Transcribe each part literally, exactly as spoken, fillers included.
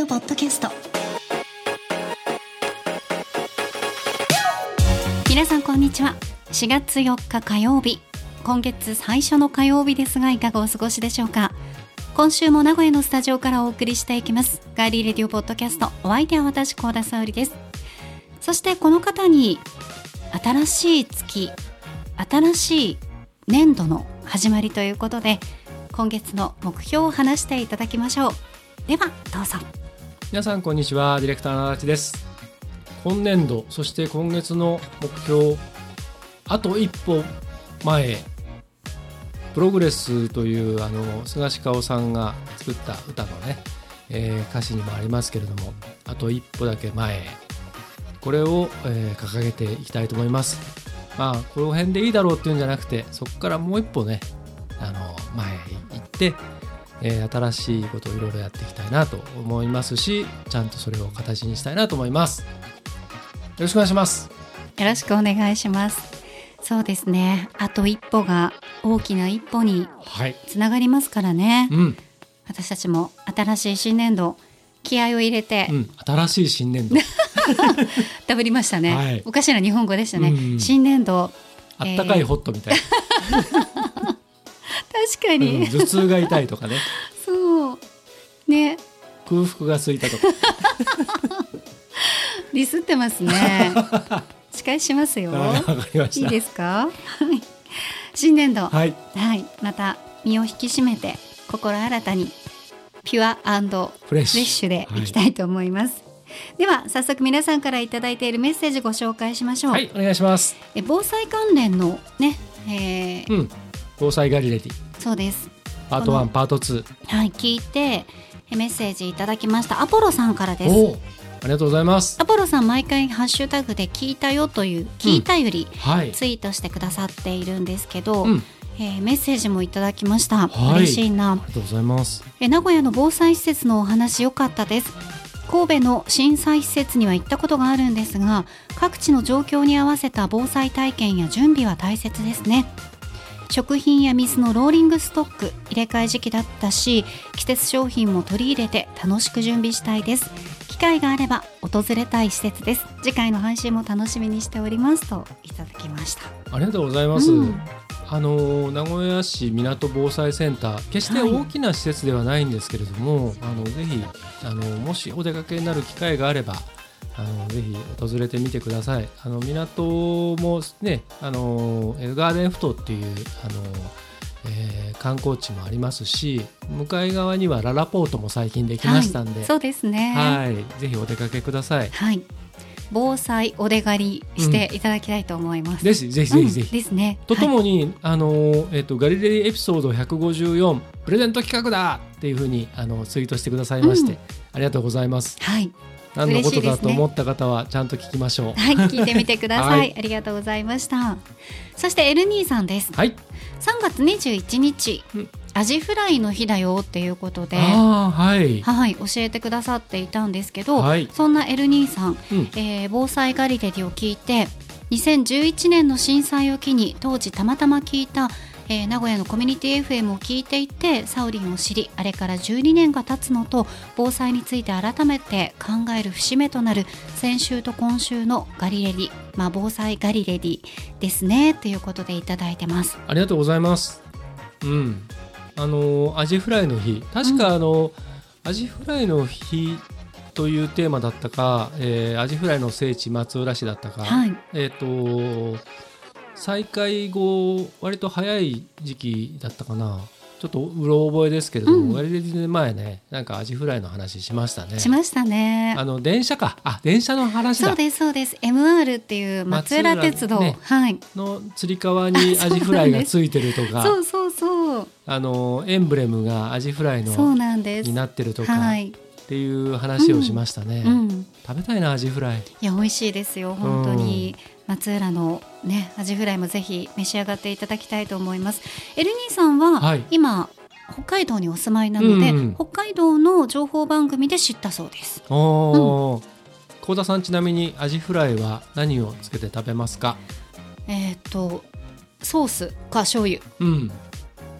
ディオポッドキャスト。皆さんこんにちは。しがつよっか火曜日、今月最初の火曜日ですが、いかがお過ごしでしょうか。今週も名古屋のスタジオからお送りしていきますガーリーレディオポッドキャスト。お相手は私、幸田沙織です。そしてこの方に新しい月、新しい年度の始まりということで、今月の目標を話していただきましょう。ではどうぞ。 皆さんこんにちは、ディレクターの足立です。今年度、そして今月の目標、あと一歩前へ。プログレスというあの菅氏香さんが作った歌のね、えー、歌詞にもありますけれども、あと一歩だけ前へ、これを、えー、掲げていきたいと思います。まあこの辺でいいだろうっていうんじゃなくて、そこからもう一歩ね、あの前へ行って、えー、新しいことをいろいろやっていきたいなと思いますし、ちゃんとそれを形にしたいなと思います。よろしくお願いします。 よろしくお願いします。そうですね、あと一歩が大きな一歩につながりますからね、はい、うん、私たちも新しい新年度気合を入れて、うん、 新しい新年度ダブりましたね、はい、おかしな日本語でしたね、うんうん、新年度あったかいホットみたいな、えー、 確かに、 うん、頭痛が痛いとかねそうね、 空腹が空いたとかディスってますね司会しますよ。 わかりました。 いいですか新年度、 はいはい、また身を引き締めて心新たにピュア&フレッシュでいきたいと思います、はい、では早速皆さんからいただいているメッセージご紹介しましょう。 はい、お願いします。 え防災関連のね、えーうん、 防災ガリレディ、 そうです、 パートワンパートツー、 はい、聞いてメッセージいただきました。アポロさんからです。 お、ありがとうございます。 アポロさん、毎回ハッシュタグで聞いたよという聞いたより、うん、はい、ツイートしてくださっているんですけど、うん、えー、メッセージもいただきました、はい、嬉しいな。 ありがとうございます。 え名古屋の防災施設のお話良かったです。神戸の震災施設には行ったことがあるんですが、各地の状況に合わせた防災体験や準備は大切ですね。食品や水のローリングストック、入れ替え時期だったし、季節商品も取り入れて楽しく準備したいです。機会があれば訪れたい施設です。次回の配信も楽しみにしておりますといただきました。 ありがとうございます、うん、あの名古屋市港防災センター、決して大きな施設ではないんですけれども、はい、あのぜひあのもしお出かけになる機会があれば、あのぜひ訪れてみてください。あの港もね、あのガーデンフトっていうあの、えー、観光地もありますし、向かい側にはララポートも最近できましたんで、 はい、そうですね、 はい、ぜひお出かけください。 はい、防災お出狩りしていただきたいと思います、 うん、ぜひぜひぜひぜひ、 うん、ですね。 とともに、はい、あのえーと、ガリレディエピソードひゃくごじゅうよんプレゼント企画だっていうふうにあのツイートしてくださいまして、うん、ありがとうございます。 はい、 何のことだと思った方はちゃんと聞きましょう。 はい、聞いてみてください、はい、ありがとうございました。そしてエルニーさんです、 はい、 さんがつにじゅういちにち、うん、アジフライの日だよっていうことで、 あ、はいはい、教えてくださっていたんですけど、 はい、 そんなエルニーさん、うん、えー、防災ガリレディを聞いて、にせんじゅういちねんの震災を機に当時たまたま聞いたえー、名古屋のコミュニティ エフエム を聞いていてサウリンを知り、あれからじゅうにねんが経つのと、防災について改めて考える節目となる先週と今週のガリレディ、まあ、防災ガリレディですねということでいただいてます。 ありがとうございます、うん、あのアジフライの日、確かあの、うん、アジフライの日というテーマだったか、えー、アジフライの聖地松浦市だったか、はい、えーと再開後割と早い時期だったかな、ちょっとうろ覚えですけれども、うん、ガリレディ前ね、なんかアジフライの話しましたね。 しましたね。 あの電車か、あ、電車の話だ。 そうですそうです。 エムアール っていう松浦鉄道、ね、はい、 のつり革にアジフライがついてるとかそうそうそう、 あのエンブレムがアジフライのそうなんですになってるとか、はい、っていう話をしましたね、うんうん、食べたいなアジフライ。 いや美味しいですよ本当に、うん、松浦の、ね、アジフライもぜひ召し上がっていただきたいと思います。エルニーさんは、はい、今北海道にお住まいなので、うん、北海道の情報番組で知ったそうです。 お、うん、幸田さん、ちなみにアジフライは何をつけて食べますか？ えー、っとソースか醤油、 うん、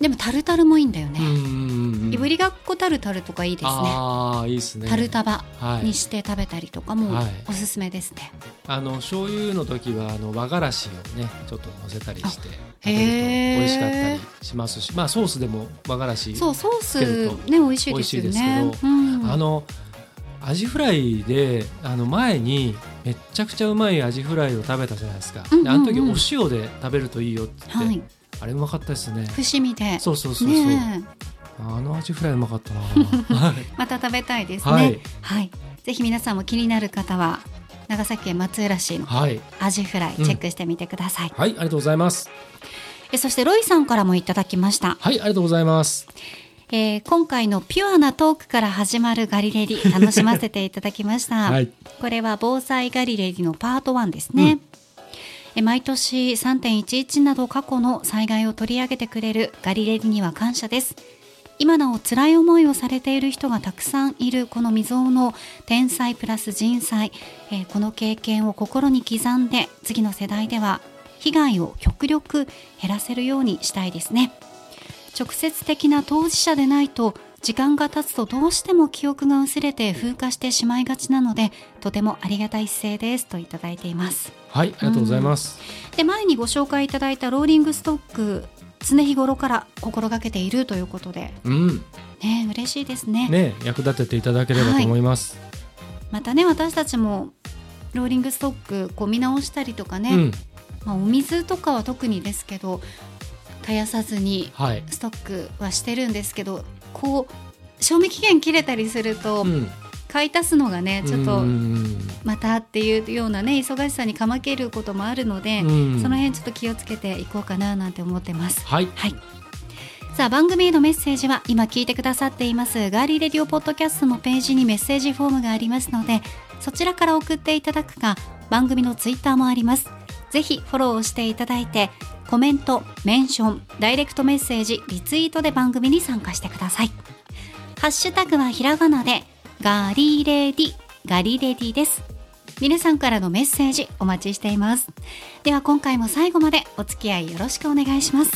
でもタルタルもいいんだよね。 うんうんうん、 いぶりがっこタルタルとかいいですね。 あー、いいですね。 タルタバにして食べたりとかもおすすめですね。 はい、あの醤油の時はあの和がらしをねちょっと乗せたりして食べると美味しかったりしますし、まあソースでも和がらしそうソースね美味しいですよね。美味しいですけど、うん、 あのアジフライであの前にめっちゃくちゃうまいアジフライを食べたじゃないですか、うんうんうん、であの時お塩で食べるといいよって、はい、あれうまかったですね。 伏見でそうそうそうそう、ね、あのアジフライうまかったなまた食べたいですね、はいはい、ぜひ皆さんも気になる方は長崎県松浦市のアジフライチェックしてみてください、 うん、はい、ありがとうございます。 えそしてロイさんからもいただきました。 はい、ありがとうございます。 えー、今回のピュアなトークから始まるガリレディ楽しませていただきました、はい、これは防災ガリレディのパートワンですね、うん、え毎年 さんてんいちいち など過去の災害を取り上げてくれるガリレディには感謝です。今なお辛い思いをされている人がたくさんいるこの未曾有の天災プラス人災、えー、この経験を心に刻んで次の世代では被害を極力減らせるようにしたいですね。直接的な当事者でないと時間が経つとどうしても記憶が薄れて風化してしまいがちなのでとてもありがたい姿勢ですといただいています。 はい、ありがとうございます、 うん、で前にご紹介いただいたローリングストック常日頃から心がけているということで、うんね、嬉しいです ね, ね役立てていただければと思います、はい、 またね私たちもローリングストックこう見直したりとかね、うんまあ、お水とかは特にですけど絶やさずにストックはしてるんですけど、はい、こう賞味期限切れたりすると、うん、買い足すのがねちょっとまたっていうようなね忙しさにかまけることもあるので、その辺ちょっと気をつけていこうかななんて思ってます。 はい、 はい、さあ番組へのメッセージは今聞いてくださっていますガーリーレディオポッドキャストのページにメッセージフォームがありますのでそちらから送っていただくか番組のツイッターもあります。ぜひフォローをしていただいてコメント、メンション、ダイレクトメッセージ、リツイートで番組に参加してください。ハッシュタグはひらがなでガリレディ、ガリレディです。皆さんからのメッセージお待ちしています。では今回も最後までお付き合いよろしくお願いします。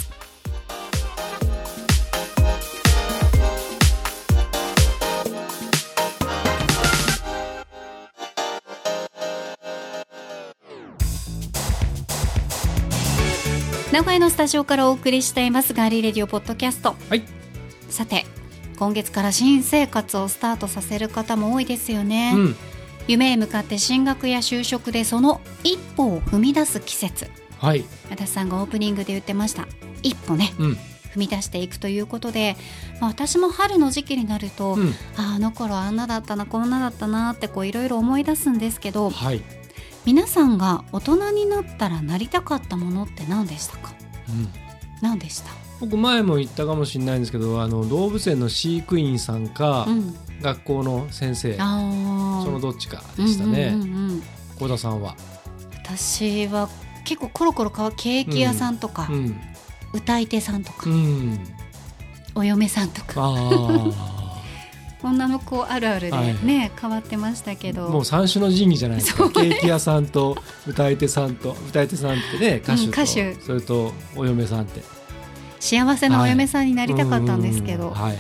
名古屋のスタジオからお送りしていますガーリーレディオポッドキャスト、 はい、 さて今月から新生活をスタートさせる方も多いですよね、うん、夢へ向かって進学や就職でその一歩を踏み出す季節、 はい、 足立さんがオープニングで言ってました一歩ね、うん、踏み出していくということで、まあ、私も春の時期になると、うん、あ, あの頃あんなだったなこんなだったなっていろいろ思い出すんですけど、 はい、 皆さんが大人になったらなりたかったものって何でしたか、うん、何でした？ 僕前も言ったかもしれないんですけどあの動物園の飼育員さんか、うん、学校の先生そのどっちかでしたね。幸、うんうん、田さんは？ 私は結構コロコロ変わケーキ屋さんとか、うん、歌い手さんとか、うん、お嫁さんとかあ女の子あるあるでね、はい、変わってましたけどもう三種の神器じゃないですか。ケーキ屋さんと歌い手さんと歌い手さんってね歌手と、うん、歌手それとお嫁さんって幸せなお嫁さんになりたかったんですけど、はい、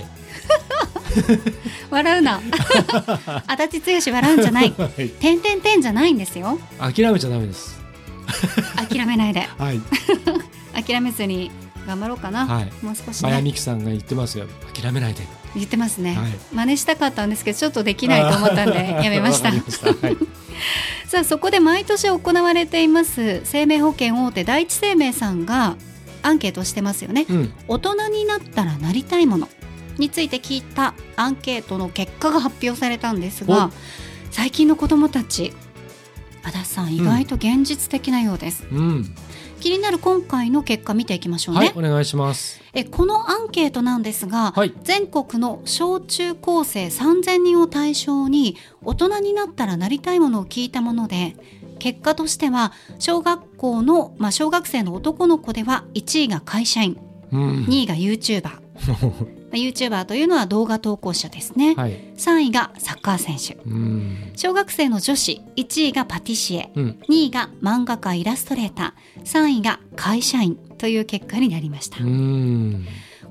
笑うな足立剛笑うんじゃない、はい、てんてんてんじゃないんですよ。 諦めちゃダメです。 諦めないで、 はい、 諦めずに頑張ろうかな、はい、もう少しね。 マヤミキさんが言ってますよ諦めないで言ってますね、はい、真似したかったんですけどちょっとできないと思ったんでやめましたはい、さあそこで毎年行われています生命保険大手第一生命さんがアンケートしてますよね、うん、大人になったらなりたいものについて聞いたアンケートの結果が発表されたんですが最近の子どもたち足立さん意外と現実的なようです、うんうん、気になる今回の結果見ていきましょうね。 はい、お願いします。 えこのアンケートなんですが、はい、全国の小中高生さんぜんにんを対象に大人になったらなりたいものを聞いたもので結果としては小学校の、まあ、小学生の男の子ではいちいが会社員、うん、にいが YouTuber YouTuber というのは動画投稿者ですね、はい、さんいがサッカー選手、うん、小学生の女子いちいがパティシエ、うん、にいが漫画家イラストレーターさんいが会社員という結果になりました。 うん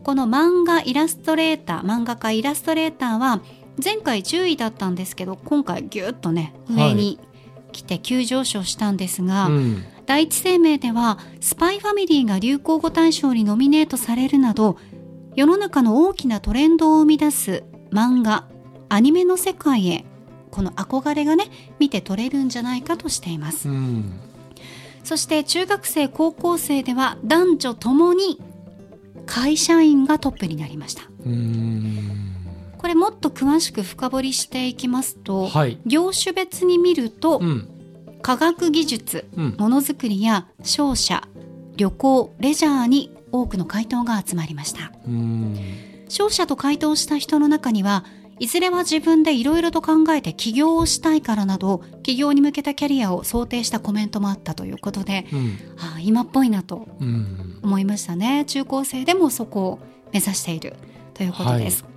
この漫画イラストレーター漫画家イラストレーターは前回じゅういだったんですけど、今回ギュッとね上に来て急上昇したんですが、 うん、 第一生命ではスパイファミリーが流行語大賞にノミネートされるなど、世の中の大きなトレンドを生み出す漫画アニメの世界へこの憧れがね見て取れるんじゃないかとしています、 うん、 そして中学生高校生では男女ともに会社員がトップになりました。 うーん、 これもっと詳しく深掘りしていきますと、 はい、 業種別に見ると、うん、科学技術、 うん、 ものづくりや商社、旅行、レジャーに多くの回答が集まりました。 うーん、 商社と回答した人の中には、いずれは自分でいろいろと考えて起業をしたいからなど、起業に向けたキャリアを想定したコメントもあったということで、うん、あ今っぽいなと思いましたね、うん、中高生でもそこを目指しているということです、はい、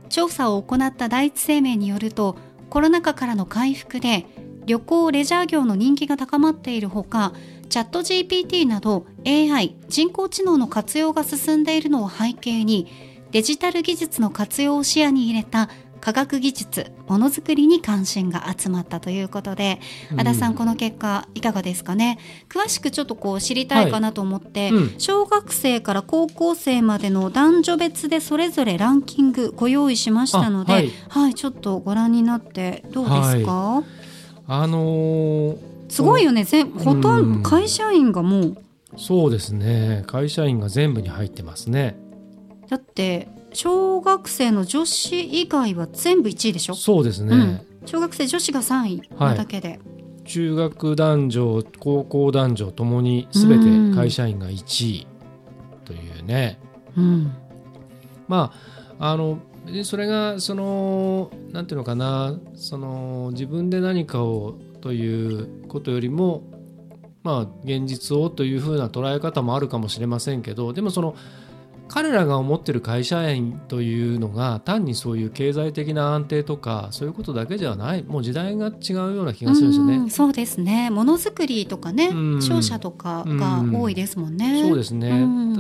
調査を行った第一生命によると、コロナ禍からの回復で旅行・レジャー業の人気が高まっているほか、チャット ジーピーティー など エーアイ 人工知能の活用が進んでいるのを背景に、デジタル技術の活用を視野に入れた科学技術、ものづくりに関心が集まったということで、うん、足田さん、この結果いかがですかね。詳しくちょっとこう知りたいかなと思って、はい、うん、小学生から高校生までの男女別でそれぞれランキングご用意しましたので、はいはい、ちょっとご覧になってどうですか。はい、 あのー、 すごいよね。ほとんど会社員がもう、 そうですね、会社員が全部に入ってますね。 だって小学生の女子以外は全部いちいでしょ。 そうですね、うん、 小学生女子がさんいなだけで、はい、 中学男女高校男女ともに全て会社員がいちいというね、うん、まああのそれがそのなんていうのかな、その自分で何かをということよりも、まあ現実をというふうな捉え方もあるかもしれませんけど、でもその彼らが思っている会社員というのが単にそういう経済的な安定とかそういうことだけじゃない、もう時代が違うような気がするんですよね。 うん、そうですね、ものづくりとかね、うん、商社とかが多いですもんね。 うん、そうですね、うん、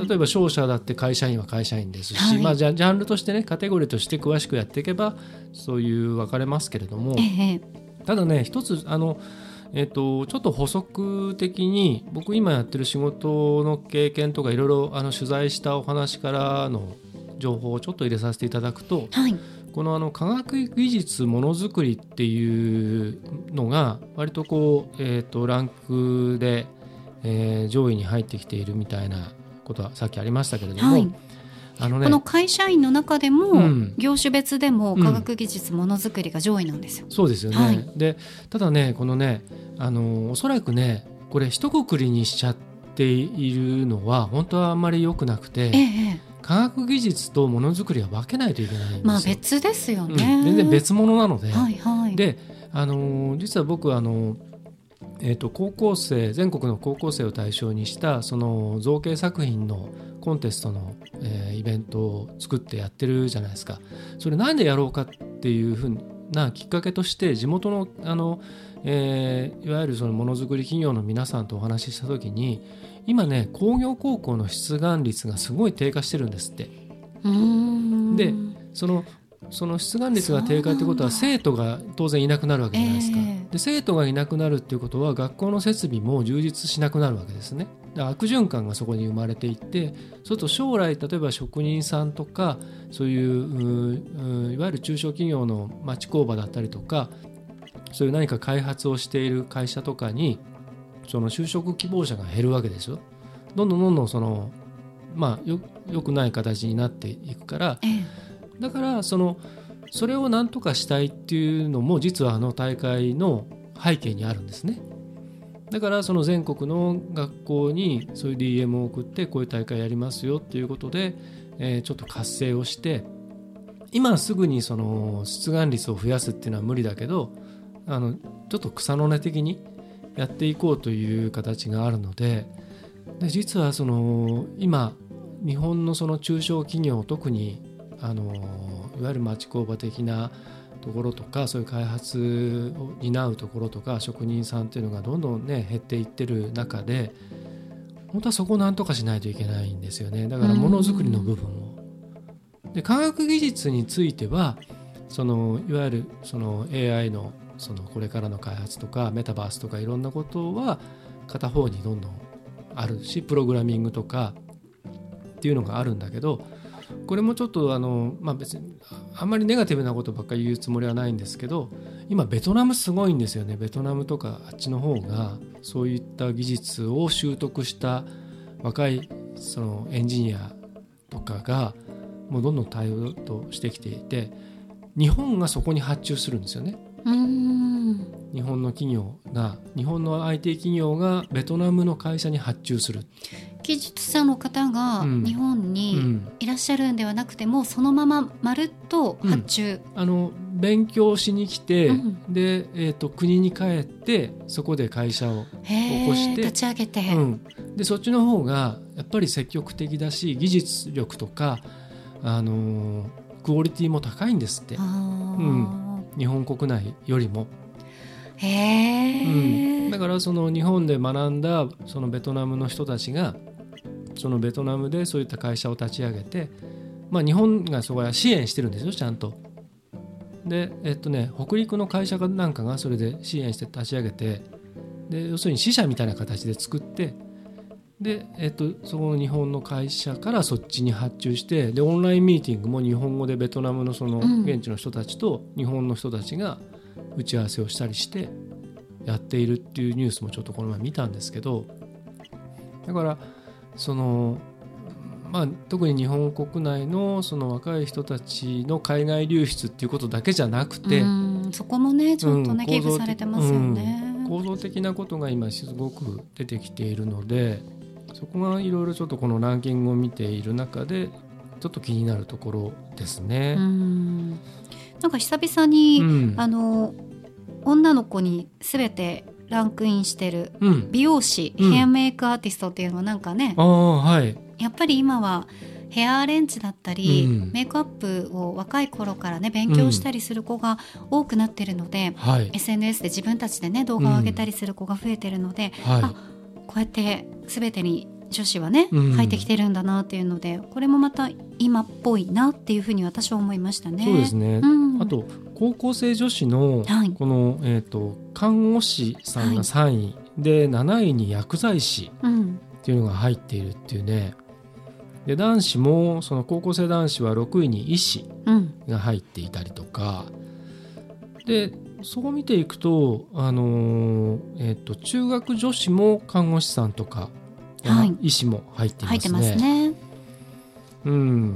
例えば商社だって会社員は会社員ですし、はい、まあ、ジャンルとしてね、カテゴリーとして詳しくやっていけばそういう分かれますけれども、ええ、ただね一つあのえー、とちょっと補足的に、僕今やってる仕事の経験とかいろいろあの取材したお話からの情報をちょっと入れさせていただくと、はい、このあの科学技術ものづくりっていうのが割とこう、えー、とランクで、えー、上位に入ってきているみたいなことはさっきありましたけれども、はい、あのね、 この会社員の中でも、うん、業種別でも科学技術ものづくりが上位なんですよ。 うん、そうですよね、はい、でただねこのねあのおそらくねこれ一括りにしちゃっているのは本当はあんまり良くなくて、ええ、科学技術とものづくりは分けないといけないんですよ。 まあ別ですよね、 うん、全然別物なので、 はいはい、 であの実は僕あのえー、と高校生全国の高校生を対象にしたその造形作品のコンテストの、えー、イベントを作ってやってるじゃないですか。それなんでやろうかっていうふうなきっかけとして、地元の、あの、えー、いわゆるそのものづくり企業の皆さんとお話ししたときに、今ね工業高校の出願率がすごい低下してるんですって。うーんでそのその出願率が低下ということは生徒が当然いなくなるわけじゃないですか、えー、で生徒がいなくなるということは学校の設備も充実しなくなるわけですね。で悪循環がそこに生まれていって、そうすると将来例えば職人さんとかそういう、う、ういわゆる中小企業の町工場だったりとか、そういう何か開発をしている会社とかにその就職希望者が減るわけですよ。どんどんどんどんその、まあ、よ、よくない形になっていくから、えーだからそのそれを何とかしたいっていうのも実はあの大会の背景にあるんですね。だからその全国の学校にそういう ディーエム を送って、こういう大会やりますよっていうことで、えー、ちょっと活性をして、今すぐにその出願率を増やすっていうのは無理だけど、あのちょっと草の根的にやっていこうという形があるので、で実はその今日本のその中小企業、特にあのいわゆる町工場的なところとか、そういう開発を担うところとか職人さんっていうのがどんどんね減っていってる中で、本当はそこをなんとかしないといけないんですよね。だからものづくりの部分をで科学技術についてはそのいわゆるその エーアイ の, そのこれからの開発とかメタバースとかいろんなことは片方にどんどんあるし、プログラミングとかっていうのがあるんだけど、これもちょっとあの、まあ、別にあんまりネガティブなことばっかり言うつもりはないんですけど、今ベトナムすごいんですよね。ベトナムとかあっちの方がそういった技術を習得した若いそのエンジニアとかがもうどんどん対応としてきていて、日本がそこに発注するんですよね。 うーん、 日本の企業が日本の アイティー 企業がベトナムの会社に発注する。 技術者の方が日本にいらっしゃるんではなくても、うん、そのまままるっと発注、 うん、あの勉強しに来て、 うん、 で、えーと、国に帰ってそこで会社を起こして立ち上げて、 うん、でそっちの方がやっぱり積極的だし、技術力とか、あのー、クオリティも高いんですって、うん、日本国内よりも。 へー、 うん、だからその日本で学んだそのベトナムの人たちがそのベトナムでそういった会社を立ち上げて、まあ、日本がそこは支援してるんですよ、ちゃんと。で、えっとね、北陸の会社なんかがそれで支援して立ち上げて、で要するに支社みたいな形で作って、で、えっと、そこの日本の会社からそっちに発注して、でオンラインミーティングも日本語でベトナムのその現地の人たちと日本の人たちが打ち合わせをしたりしてやっているっていうニュースもちょっとこの前見たんですけど、だからその、まあ、特に日本国内のその若い人たちの海外流出っていうことだけじゃなくて、 うん、そこもねちょっとね、うん、危惧されてますよね、 うん、構造的なことが今すごく出てきているので、そこがいろいろちょっとこのランキングを見ている中でちょっと気になるところですね。 うん、なんか久々に、うん、あの女の子に全てランクインしてる美容師、うん、ヘアメイクアーティストっていうのはなんかね、 あ、はい、 やっぱり今はヘアアレンジだったり、うん、メイクアップを若い頃からね勉強したりする子が多くなってるので、うん、はい、エスエヌエス で自分たちでね動画を上げたりする子が増えてるので、うん、あ、こうやって全てに女子はね、うん、入ってきてるんだなっていうので、これもまた今っぽいなっていうふうに私は思いましたね。 そうですね、うん、あと高校生女子のこの、はい、えーと、看護師さんがさんい、はい、でなないに薬剤師っていうのが入っているっていうね、で男子もその高校生男子はろくいに医師が入っていたりとか、うん、でそう見ていくと、あのーえーと、中学女子も看護師さんとか、はい、医師も入っていますね。 入ってますね。 うん、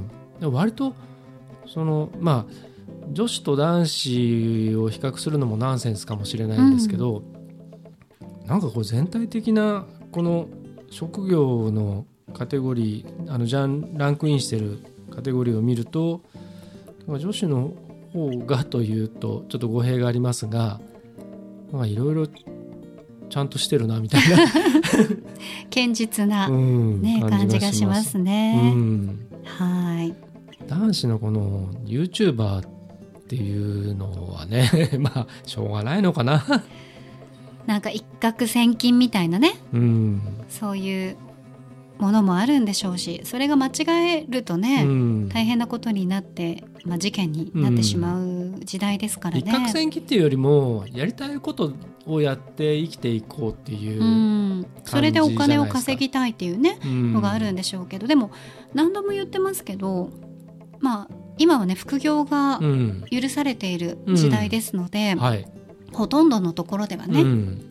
割とそのまあ女子と男子を比較するのもナンセンスかもしれないんですけど、うん、なんかこう全体的なこの職業のカテゴリー、あのジャンランクインしてるカテゴリーを見ると、女子の方がというとちょっと語弊がありますが、いろいろちゃんとしてるなみたいな堅実な、うんね、感じがしますね、うん、はい。 男子のこの YouTuber っていうのはねまあしょうがないのかななんか一攫千金みたいなね、うん、そういうものもあるんでしょうし、それが間違えるとね、うん、大変なことになって、まあ、事件になってしまう時代ですからね、 うん、一攫千金っていうよりもやりたいことをやって生きていこうっていう感じじゃないですか、うん、それでお金を稼ぎたいっていうね、うん、のがあるんでしょうけど、でも何度も言ってますけど、まあ今はね副業が許されている時代ですので、うんはい、ほとんどのところではね、うん、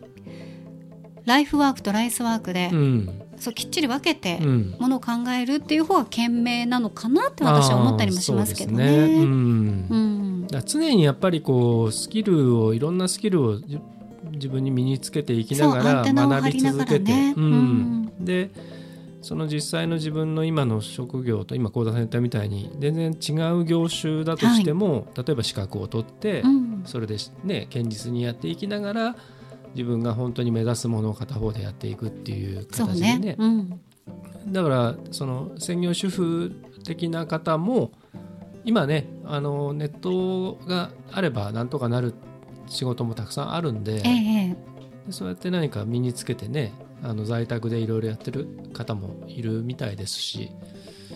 ライフワークとライスワークで、うん、そうきっちり分けてものを考えるっていう方が賢明なのかなって私は思ったりもしますけどね。そうですね、うんうん、 だ常にやっぱりこうスキルをいろんなスキルを自分に身につけていきながら学び続けて、ねうんうん、でその実際の自分の今の職業と今幸田さん言ったみたいに全然違う業種だとしても、はい、例えば資格を取って、うん、それでね堅実にやっていきながら自分が本当に目指すものを片方でやっていくっていう形で ね, ね、うん、だからその専業主婦的な方も今ねあのネットがあればなんとかなる仕事もたくさんあるんで、ええ、でそうやって何か身につけてねあの在宅でいろいろやってる方もいるみたいですし、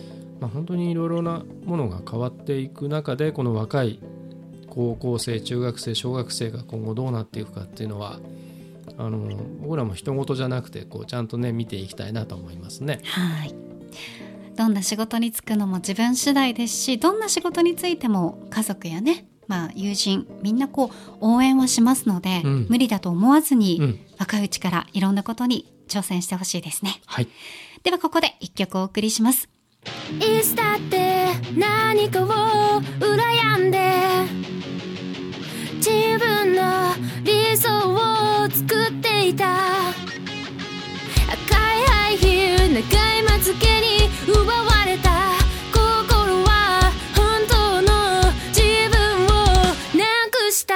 まあ、本当にいろいろなものが変わっていく中で、この若い高校生、中学生、小学生が今後どうなっていくかっていうのは、あの僕らも人事じゃなくてこうちゃんとね見ていきたいなと思いますね。 はい。どんな仕事に就くのも自分次第ですし、どんな仕事についても家族やね、まあ、友人みんなこう応援はしますので、うん、無理だと思わずに、うん、若いうちからいろんなことに挑戦してほしいですね。 はい。 ではここで一曲お送りします。 いつだって何かを羨んで自分の理想を作っていた。赤いハイヒール、長いまつげに奪われた心は本当の自分をなくした。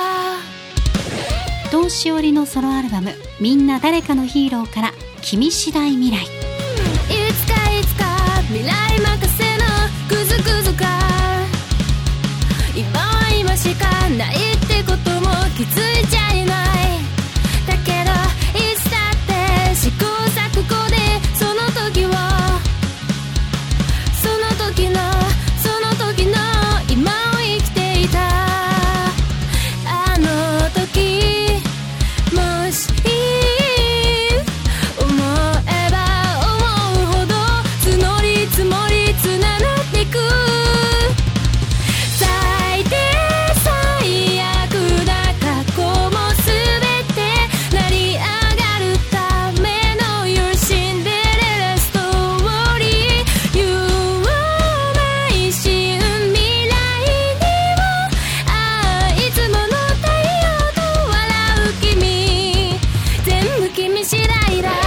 伊藤詩織のソロアルバムみんな誰かのヒーローから君次第未来。 いつかいつか未来任せのグズグズか、今は今しかないってことも気づいちゃいない。だけどいつだって試行錯誤でその時をその時のその時の今を生きていた。あの時もし思えば思うほど募り積もりつながっていく。最低最悪な過去も全て成り上がるための Your シンデレラストーリー。 You are my 新未来にもあいつもの太陽と笑う君、全部君次第だ。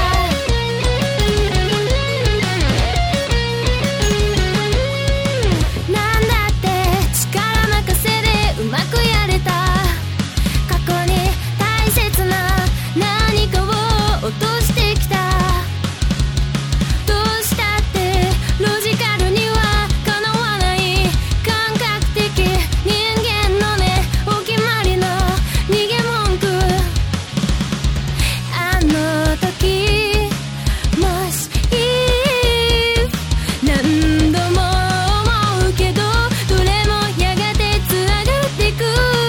なんだって力任せでうまくやれた。過去に大切な何かを落としてきた。どうしたってロジカルにはかなわない感覚的人間のねお決まりの逃げ文句。あの時もし何度も思うけどどれもやがてつながっていく。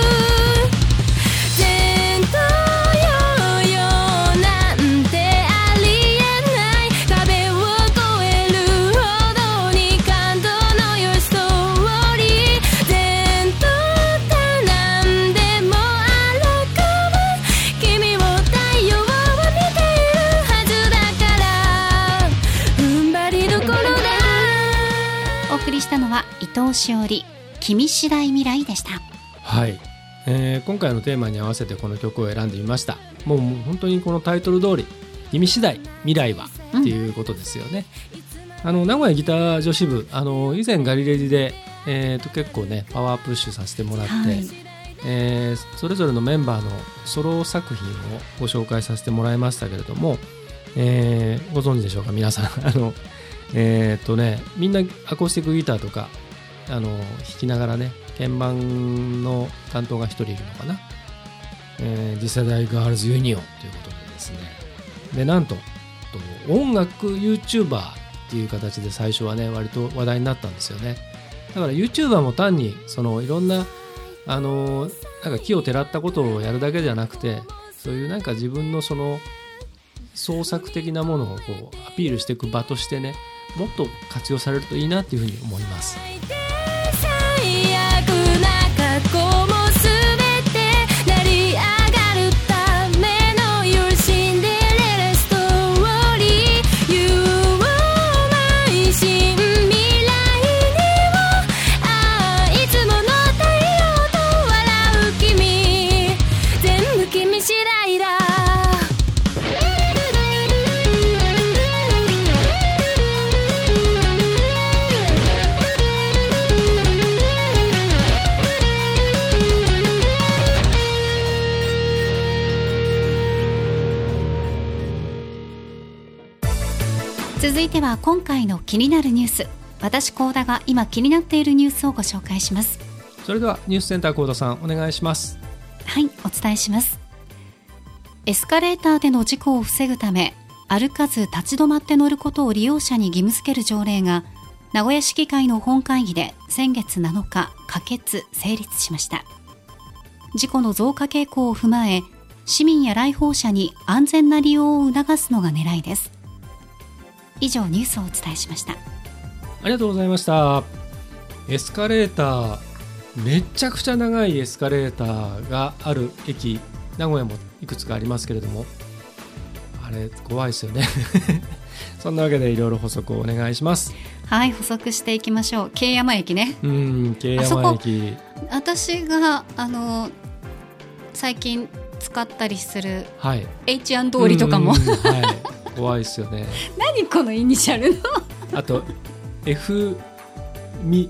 前途洋々なんてありえない壁を越えるほどに感動の Your story。 前途多難でもあらかぶ君を太陽は見ているはずだから踏ん張りどころだ。 お送りしたのは伊藤詩織君次第未来でした。 はい、えー、今回のテーマに合わせてこの曲を選んでみました。もう、もう本当にこのタイトル通り君次第未来はっていうことですよね、うん、あの名古屋ギター女子部、あの以前ガリレディで、えー、と結構ねパワープッシュさせてもらって、はい、えー、それぞれのメンバーのソロ作品をご紹介させてもらいましたけれども、えー、ご存知でしょうか皆さんあのえーっとね、みんなアコースティックギターとかあの弾きながらね鍵盤の担当が一人いるのかな、えー、次世代ガールズユニオンということでですね、でなんと音楽 YouTuber っていう形で最初はね割と話題になったんですよね。だから YouTuber も単にそのいろんなあのなんか木をてらったことをやるだけじゃなくて、そういうなんか自分のその創作的なものをこうアピールしていく場としてね、もっと活用されるといいなっていうふうに思います。 最悪な過去も全て成り上がるための Your シンデレラストーリー。 You are my 新未来にもあいつもの太陽と笑う君、全部君次第だ。 続いては今回の気になるニュース、私高田が今気になっているニュースをご紹介します。 それではニュースセンター高田さんお願いします。 はい、お伝えします。エスカレーターでの事故を防ぐため歩かず立ち止まって乗ることを利用者に義務付ける条例が名古屋市議会の本会議で先月なのか可決・成立しました。事故の増加傾向を踏まえ、市民や来訪者に安全な利用を促すのが狙いです。以上、ニュースをお伝えしました。 ありがとうございました。エスカレーター、めちゃくちゃ長いエスカレーターがある駅、名古屋もいくつかありますけれども、あれ怖いですよねそんなわけでいろいろ補足をお願いします。 はい、補足していきましょう。京山駅ね。 うん、京山駅。 私があの最近使ったりする、はい、エイチワン 通りとかも、はい、 怖いですよね何このイニシャルのあと F み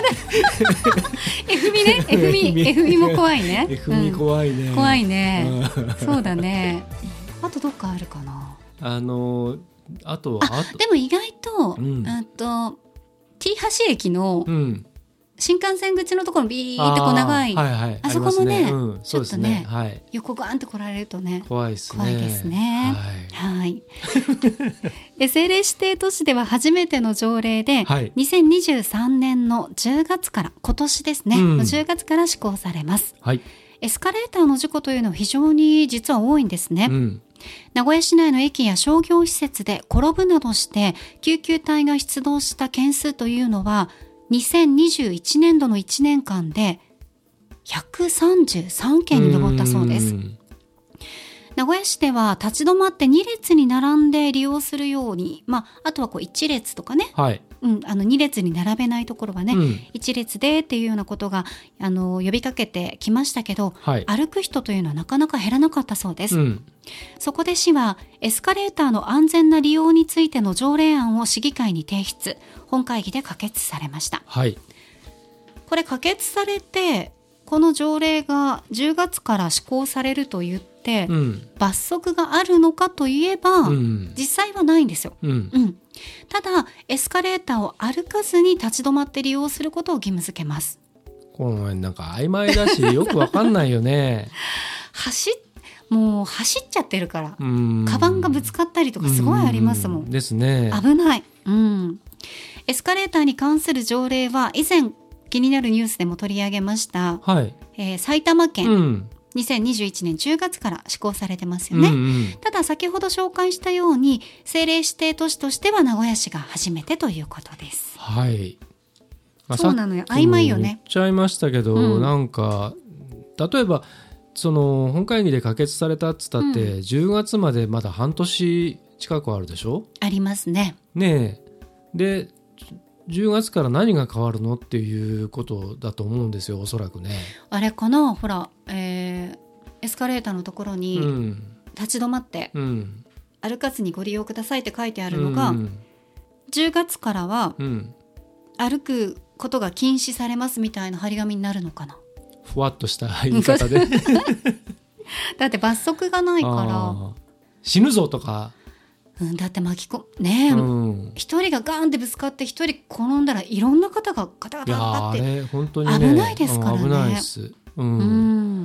F みね F み F みも怖いね。 F み怖いね、 うん、怖いねそうだね。あとどっかあるかな。 あのあとはあでも意外と、うん、あと T 橋駅の、うん新幹線口のところビーってこう長い あ,、はいはい、あそこも ね, ね、うん、ちょっと ね, ね、はい、横ガーンって来られるとね怖いですね。 怖いですね。はい、はい、政令指定都市では初めての条例で、はい、にせんにじゅうさんねんのじゅうがつから今年ですね、うん、じゅうがつから施行されます、はい、エスカレーターの事故というのは非常に実は多いんですね、うん、名古屋市内の駅や商業施設で転ぶなどして救急隊が出動した件数というのはにせんにじゅういちねんどのいちねんかんでひゃくさんじゅうさんけんに上ったそうです。名古屋市では立ち止まってに列に並んで利用するように、まあ、あとはこういち列とかね、はいうん、あのに列に並べないところはね、うん、いち列でっていうようなことがあの呼びかけてきましたけど、はい、歩く人というのはなかなか減らなかったそうです、うん、そこで市はエスカレーターの安全な利用についての条例案を市議会に提出、本会議で可決されました、はい、これ可決されてこの条例がじゅうがつから施行されると言って、うん、罰則があるのかといえば、うん、実際はないんですよ、うんうん、ただエスカレーターを歩かずに立ち止まって利用することを義務付けます。 この辺なんか曖昧だしよくわかんないよね走もう走っちゃってるからカバンがぶつかったりとかすごいありますもん。 ですね。 危ない、うん、エスカレーターに関する条例は以前気になるニュースでも取り上げました、はいえー、埼玉県、うん、にせんにじゅういちねんじゅうがつから施行されてますよね、うんうん、ただ先ほど紹介したように政令指定都市としては名古屋市が初めてということです。 はい、 まあ、そうなのよ。曖昧よね。 言っちゃいましたけど、うん、なんか例えばその本会議で可決されたっつったって、うん、じゅうがつまでまだ半年近くあるでしょ。 ありますね。 ねえでじゅうがつから何が変わるのっていうことだと思うんですよ、おそらくね。あれかな、ほら、えー、エスカレーターのところに立ち止まって、うん、歩かずにご利用くださいって書いてあるのが、うん、じゅうがつからは、うん、歩くことが禁止されますみたいな張り紙になるのかな。 ふわっとした言い方でだって罰則がないから死ぬぞとか、 うん、だって巻き込ねえ、うん、一人がガーンってぶつかって一人転んだらいろんな方がガタガタガタって、いやあれ本当に、ね、危ないですからね。 危ないです、うんうん、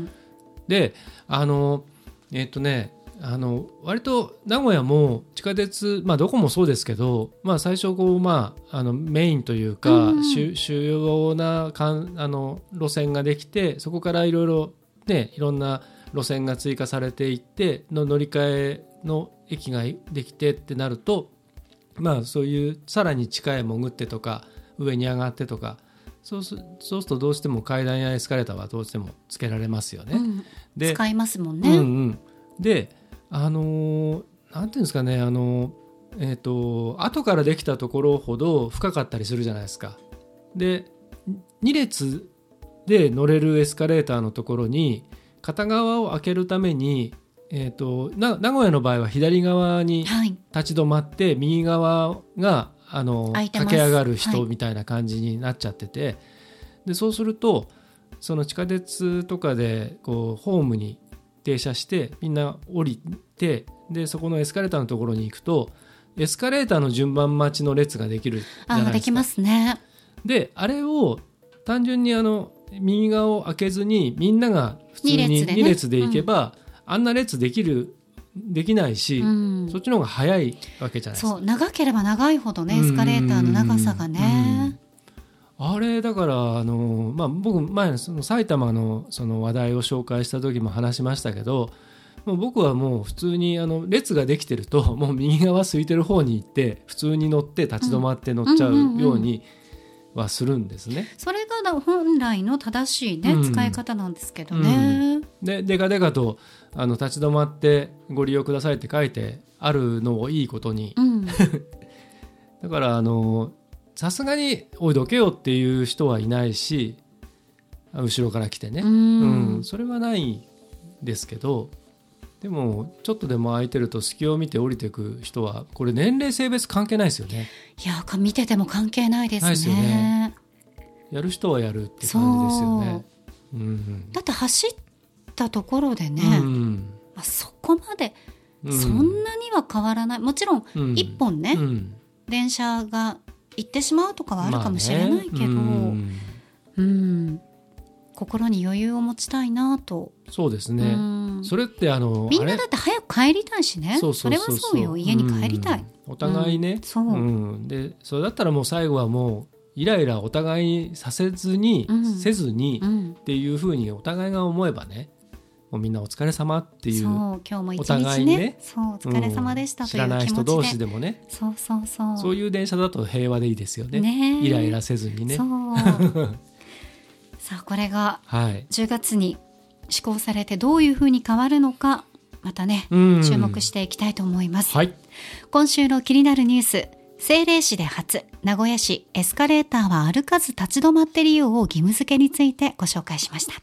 であのえっとねあの割と名古屋も地下鉄、まあ、どこもそうですけど、まあ、最初こう、まあ、あのメインというか、うん、主, 主要なかんあの路線ができて、そこからいろいろねいろんな路線が追加されていっての乗り換えの駅ができてってなると、まあ、そういうさらに地下へ潜ってとか上に上がってとか、そう す, そうするとどうしても階段やエスカレーターはどうしてもつけられますよね、うん、で使いますもんね、 うんうん、であのー、なんていうんですかね、あのー、えーと後からできたところほど深かったりするじゃないですか。でに列で乗れるエスカレーターのところに片側を開けるために、えーと、な名古屋の場合は左側に立ち止まって、はい、右側があの駆け上がる人みたいな感じになっちゃってて、はい、でそうするとその地下鉄とかでこうホームに停車してみんな降りて、でそこのエスカレーターのところに行くとエスカレーターの順番待ちの列ができるじゃないですか。あ、できますね。であれを単純にあの右側を開けずにみんなが普通にに列で行けば、うん、あんな列できるできないし、 うん、 そっちの方が早いわけじゃないですか。 そう、長ければ長いほどね、エスカレーターの長さがね、 うんうん、あれだからあの、まあ、僕前のその埼玉のその話題を紹介した時も話しましたけど、もう僕はもう普通にあの列ができてるともう右側空いてる方に行って普通に乗って立ち止まって乗っちゃうようにはするんですね。 それが本来の正しい、ね、うん、使い方なんですけどね、 うん、ででかでかとあの立ち止まってご利用くださいって書いてあるのをいいことに、うん、だからあのさすがにおいどけよっていう人はいないし、後ろから来てね、うん、うん、それはないですけど、でもちょっとでも空いてると隙を見て降りていく人はこれ年齢性別関係ないですよね。 いや見てても関係ないです ね, ですよね。やる人はやるって感じですよね、うん、 だって走ったところでね、うんまあ、そこまでそんなには変わらない、もちろん一本ね、うん、電車が行ってしまうとかはあるかもしれないけど、まあね、うん、うん、心に余裕を持ちたいなと。 そうですね、うん、それってあのみんなだって早く帰りたいしね。そうそうそうそう、それはそうよ、家に帰りたい、 うん、お互いね、うん、そう、うん、でそれだったらもう最後はもうイライラお互いにさせずに、うん、せずに、うん、っていうふうにお互いが思えばね、もうみんなお疲れ様っていう、そう今日も一日 ね, ねそうお疲れ様でしたという気持ちで、 うん、知らない人同士でもね、 そうそうそう、 そういう電車だと平和でいいですよ ね, ねイライラせずにね。 そうさあこれがじゅうがつに施行されてどういうふうに変わるのか、またね注目していきたいと思います、はい、今週の気になるニュース、政令市で初、名古屋市エスカレーターは歩かず立ち止まって利用を義務付けについてご紹介しました。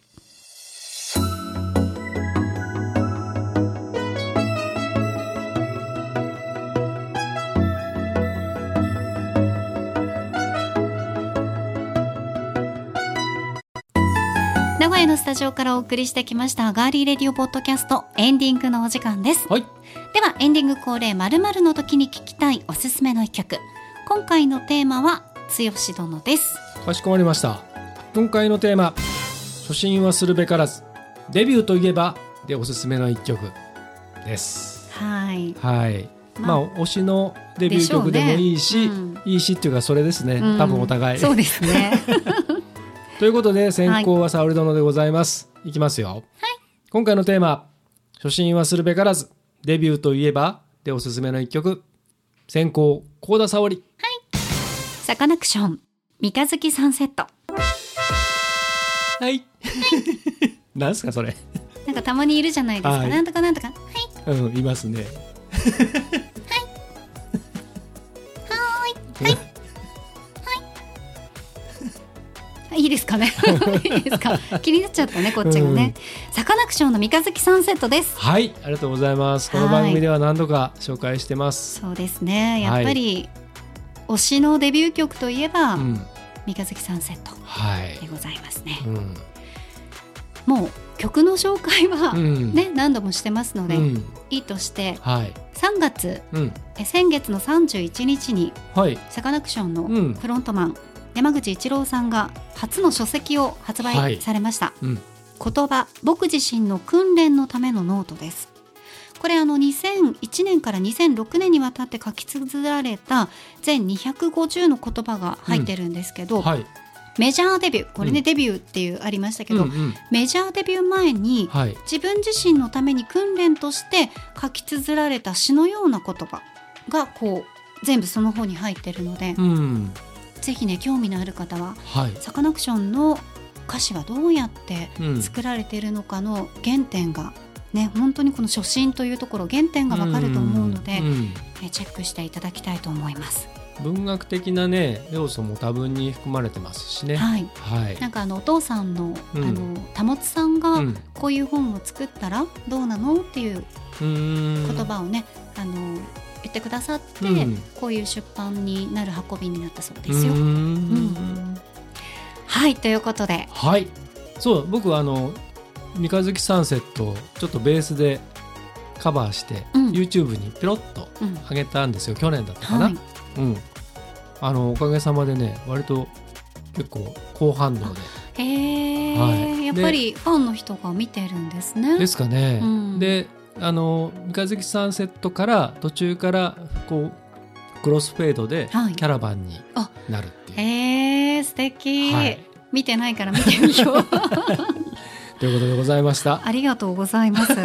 名古屋のスタジオからお送りしてきましたガーリーレディオポッドキャスト、エンディングのお時間です、はい、ではエンディング恒例〇〇の時に聞きたいおすすめの一曲、今回のテーマは剛殿です。 かしこまりました。今回のテーマ、初心はするべからず、デビューといえばでおすすめの一曲です。 はい、 はい、まあ、まあ、推しのデビュー曲でもいいし、ね、うん、いいしっていうかそれですね、うん、多分お互いそうですねということで先行は沙織殿でございます、はい、いきますよ、はい、今回のテーマ、初心はするべからず、デビューといえばでおすすめの一曲、先行幸田沙織、 はい、サカナクション三日月サンセット。 はい、はい、なんすかそれなんかたまにいるじゃないですか、はい、なんとかなんとか、はい、 うん、いますねはいはいいいですかねいいですか気になっちゃったねこっちがね、うん、サカナクションの三日月サンセットです。 はい、ありがとうございます。この番組では何度か紹介してます。 そうですね、やっぱり、はい、推しのデビュー曲といえば、うん、三日月サンセットでございますね、はい、うん、もう曲の紹介は、ね、うん、何度もしてますので、うん、いいとして、はい、さんがつ、うん、え先月のさんじゅういちにちに、はい、サカナクションのフロントマン、うん、山口一郎さんが初の書籍を発売されました、はい、うん、言葉、僕自身の訓練のためのノートです。これあのにせんいちねんからにせんろくねんにわたって書き綴られた全にひゃくごじゅうの言葉が入ってるんですけど、うん、はい、メジャーデビュー、これね、うん、デビューっていうありましたけど、うんうん、メジャーデビュー前に、はい、自分自身のために訓練として書き綴られた詩のような言葉がこう全部その方に入ってるので、うん、ぜひね興味のある方は、はい、サカナクションの歌詞はどうやって作られているのかの原点が、ね、本当にこの初心というところ原点がわかると思うので、うんうん、えチェックしていただきたいと思います。 文学的な、ね、要素も多分に含まれてますしね、 はいはい、なんかあのお父さん の,、うん、あのたもつさんがこういう本を作ったらどうなのっていう言葉をね、あの言ってくださって、うん、こういう出版になる運びになったそうですよ。うん、うん、はいということで、 はい、そう僕はあの三日月サンセットちょっとベースでカバーして、うん、YouTube にペロッと上げたんですよ、うん、去年だったかな、はい、うん、あのおかげさまでね割と結構好反応で、 へー、はい、やっぱりファンの人が見てるんですね。 ですかね、うん、であの三日月サンセットから途中からこうクロスフェードでキはいャラバンになるっていう、 へー素敵、 はい、 見てないから見てみようということでございました。 ありがとうございます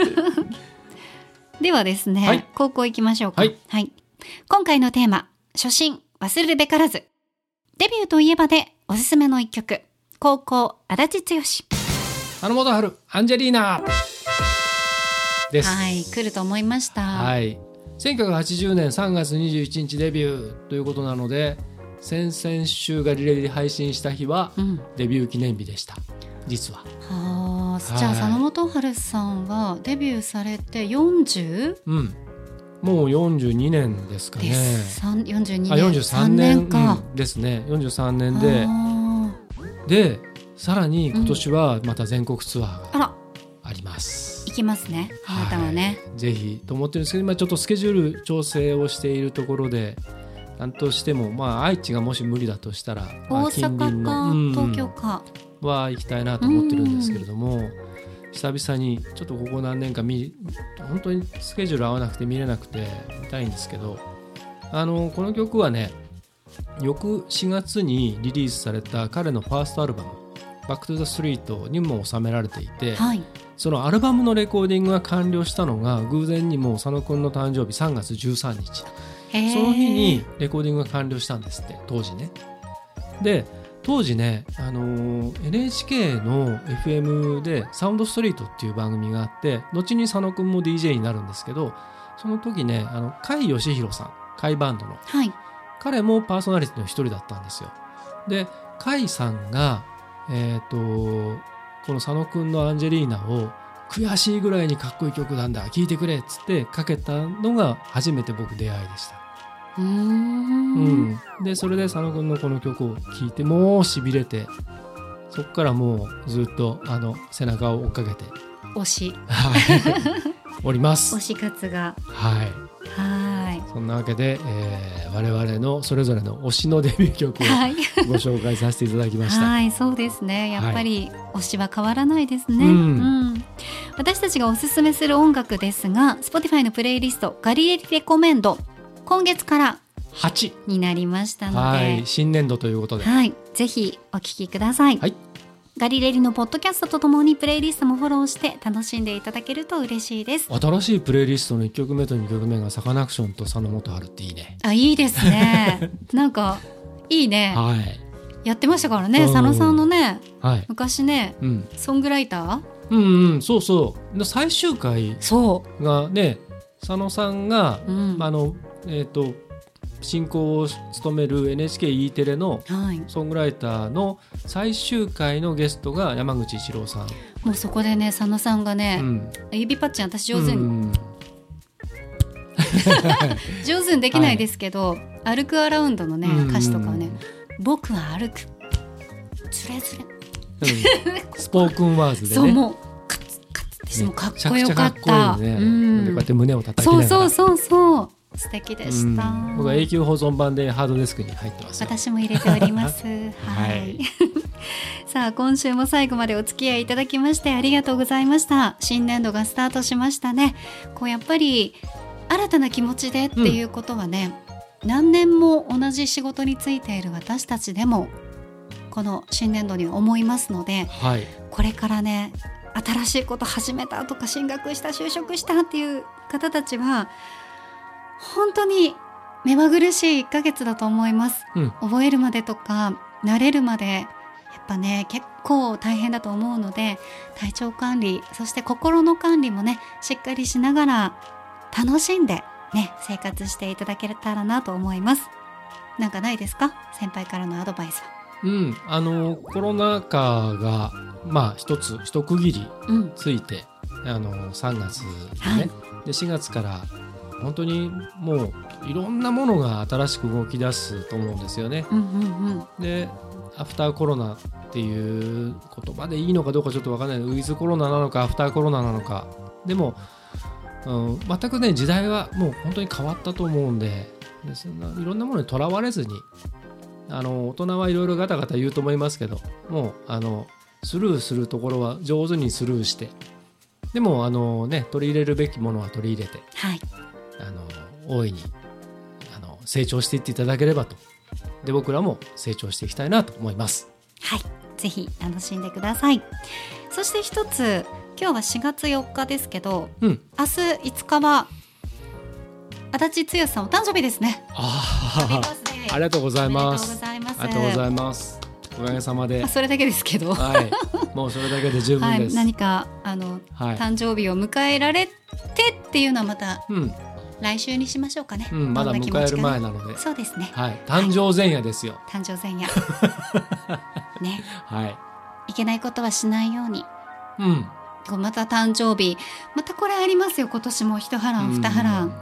ではですね、 はい、 高校行きましょうか。 はい、 はい、今回のテーマ、初心忘れるべからず。デビューといえばでおすすめの一曲、高校足立剛。 花本春アンジェリーナです。 はい、来ると思いました。 はい、せんきゅうひゃくはちじゅうねんさんがつにじゅういちにちデビューということなので、先々週ガリレディで配信した日はデビュー記念日でした、実は。 はあ、じゃあ佐野元春さんはデビューされてよんじゅう？ うん、もうよんじゅうにねんですかね。 よんじゅうにねん、 あ、よんじゅうさんねん、 さんねんか、 うん、ですね。よんじゅうさんねんで、でさらに今年はまた全国ツアーがあります、 うん、行きますね、あなたはね、 はい、ぜひと思ってるんですけど、今ちょっとスケジュール調整をしているところで、なんとしても、まあ、愛知がもし無理だとしたら、まあ、 大阪か、うん、東京かは行きたいなと思ってるんですけれども、久々にちょっとここ何年か見本当にスケジュール合わなくて見れなくて見たいんですけど、あのこの曲はね、翌しがつにリリースされた彼のファーストアルバムバックトゥザストリートにも収められていて、はい、そのアルバムのレコーディングが完了したのが偶然にも佐野くんの誕生日さんがつじゅうさんにち、その日にレコーディングが完了したんですって、当時ね。で当時ね、あのー、エヌエイチケー の エフエム でサウンドストリートっていう番組があって、後に佐野くんも ディージェー になるんですけど、その時ね、あの甲斐義弘さん、甲斐バンドの、はい、彼もパーソナリティの一人だったんですよ。で甲斐さんが、えー、とこの佐野くんのアンジェリーナを悔しいぐらいにかっこいい曲なんだ、聴いてくれっつってかけたのが初めて僕出会いでした。うーん、うん、でそれで佐野くんのこの曲を聴いてもうしびれて、そこからもうずっとあの背中を追っかけて推しおります推し活が、 はい、はい、そんなわけで、えー、我々のそれぞれの推しのデビュー曲をご紹介させていただきました。 はい、そうですね、やっぱり推しは変わらないですね、うんうん、私たちがおすすめする音楽ですが、 Spotify のプレイリストガリレディレコメンド、今月からはちになりましたので、 はい、新年度ということで、 はい、ぜひお聴きください、はい、ガリレディのポッドキャストとともにプレイリストもフォローして楽しんでいただけると嬉しいです。 新しいプレイリストのいっきょくめとにきょくめがサカナクションと佐野元春っていいね。 あ、いいですねなんかいいね、はい、やってましたからね、佐野さんのね、はい、昔ね、うん、ソングライター、 うんうん、そうそう最終回がね、佐野さんが、うん、あのえーと進行を務める エヌエイチケー E テレのソングライターの最終回のゲストが山口一郎さん。 もうそこでね、佐野さんがね、うん、指パッチン私上手に、うん、上手にできないですけど、はい、歩くアラウンドのね歌詞とかをね、僕は歩くつれづれ、 うん、スポークンワーズでね、 そう、もうカツカツってしてもかっこよかった、めちゃくちゃかっこいいね、うん、でこうやって胸を叩きながら、 そうそうそうそう、素敵でした。 僕は永久保存版でハードディスクに入ってますよ。 私も入れておりますはい、はい、さあ今週も最後までお付き合いいただきましてありがとうございました。新年度がスタートしましたね。こうやっぱり新たな気持ちでっていうことはね、うん、何年も同じ仕事についている私たちでもこの新年度に思いますので、はい、これからね新しいこと始めたとか進学した就職したっていう方たちは本当に目まぐるしいいっかげつだと思います、うん、覚えるまでとか慣れるまでやっぱね結構大変だと思うので、体調管理そして心の管理もねしっかりしながら楽しんでね生活していただけたらなと思います。なんかないですか、先輩からのアドバイスは。 うん、あのコロナ禍がまあ一つ一区切りついて、うん、あのさんがつでね、はい、でしがつから本当にもういろんなものが新しく動き出すと思うんですよね、うんうんうん、でアフターコロナっていう言葉でいいのかどうかちょっと分からない、ウィズコロナなのかアフターコロナなのか、でも、うん、全くね時代はもう本当に変わったと思うんで、でそんないろんなものにとらわれずに、あの大人はいろいろガタガタ言うと思いますけど、もうあのスルーするところは上手にスルーして、 でもあの、ね、取り入れるべきものは取り入れて、 はい、 あの大いにあの成長していっていただければと。で僕らも成長していきたいなと思います。 はい、ぜひ楽しんでください。そして一つ、今日はしがつよっかですけど、うん、明日いつかは足立剛さんお誕生日ですね。 あありがとうございます。ありがとうございます。おかげさまで、 まあ、それだけですけど、 はい、もうそれだけで十分です、 はい、何かあの、はい、誕生日を迎えられてっていうのはまた、うん、来週にしましょうかね、 うん、まだ迎える前なので。 そうですね、 はい、誕生前夜ですよ、 はい、誕生前夜ね、 はい、 いけないことはしないように、 うん、 こうまた誕生日またこれありますよ、今年も一波乱二波乱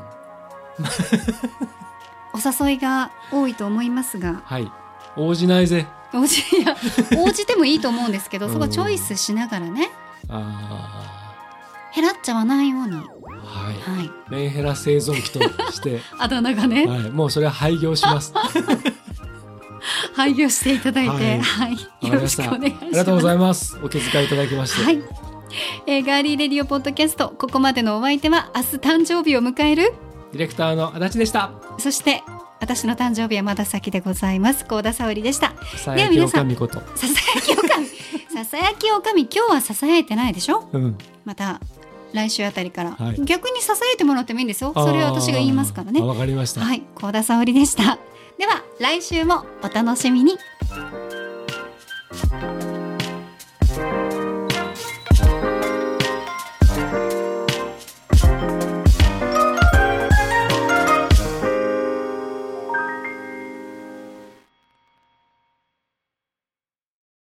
お誘いが多いと思いますが、 はい、応じないぜ。 応じいや応じてもいいと思うんですけど、そこはチョイスしながらね、 あ減らっちゃわないように、はいはい、メンヘラ生存期としてあだ名がね、 はい、もうそれは廃業します廃業していただいて、はい、はい、よろしくお願いします。 ありがとうございます。お気遣いいただきまして、 はい、えー、ガーリーレディオポッドキャスト、ここまでのお相手は明日誕生日を迎えるディレクターの足立でした。 そして私の誕生日はまだ先でございます。幸田沙織でした。 ささやきおかみこと、 ささやきおかみささやきおかみ、今日はささやいてないでしょ、うん、また来週あたりから、はい、逆にささやいてもらってもいいんですよ。それは私が言いますからね。 わかりました。 はい、幸田沙織でした。では来週もお楽しみに。